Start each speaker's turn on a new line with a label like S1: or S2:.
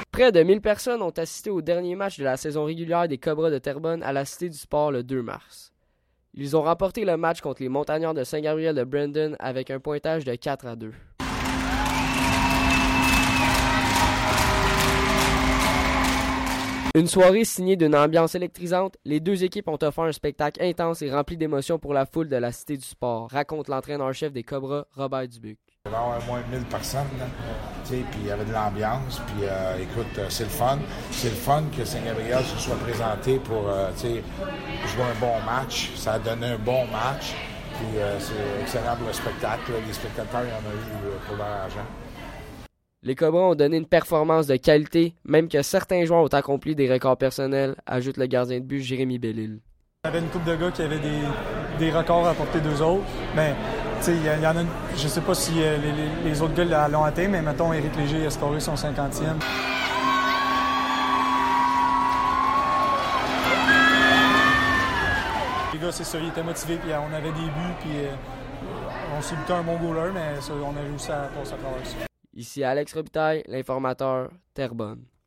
S1: Près de 1000 personnes ont assisté au dernier match de la saison régulière des Cobras de Terrebonne à la Cité du Sport le 2 mars. Ils ont remporté le match contre les Montagnards de Saint-Gabriel de Brandon avec un pointage de 4-2. Une soirée signée d'une ambiance électrisante, les deux équipes ont offert un spectacle intense et rempli d'émotions pour la foule de la Cité du Sport, raconte l'entraîneur-chef des Cobras, Robert Dubuc.
S2: Il va y avoir moins de 1000 personnes, puis il y avait de l'ambiance, puis écoute, c'est le fun. C'est le fun que Saint-Gabriel se soit présenté pour jouer un bon match. Ça a donné un bon match, puis c'est excellent pour le spectacle. Les spectateurs, il y en a eu pour leur argent.
S1: Les Cobras ont donné une performance de qualité, même que certains joueurs ont accompli des records personnels, ajoute le gardien de but Jérémy Bellil.
S3: Il y avait une couple de gars qui avaient des records à porter d'eux autres, mais il y en a, je sais pas si les autres gars l'ont atteint, mais mettons Éric Léger a scoré son 50e. Les gars, c'est ça, ils étaient motivés, puis on avait des buts, puis on s'est buté un bon goaler, mais ça, on a réussi à passer à travers ça.
S1: Ici Alex Robitaille, l'informateur, Terrebonne.